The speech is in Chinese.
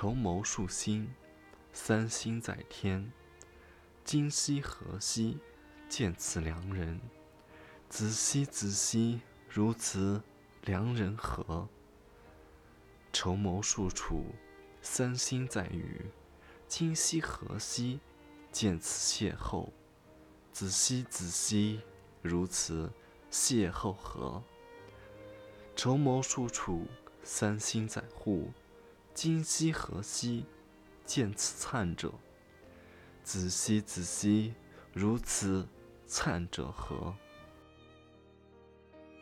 筹谋数星，三星在天。今夕何夕，见此良人。子兮子兮，如此良人何？筹谋数处，三星在隅。今夕何夕，见此邂逅。子兮子兮，如此邂逅何？筹谋数处，三星在户。今夕何夕，见此灿者。子兮子兮，如此灿者何？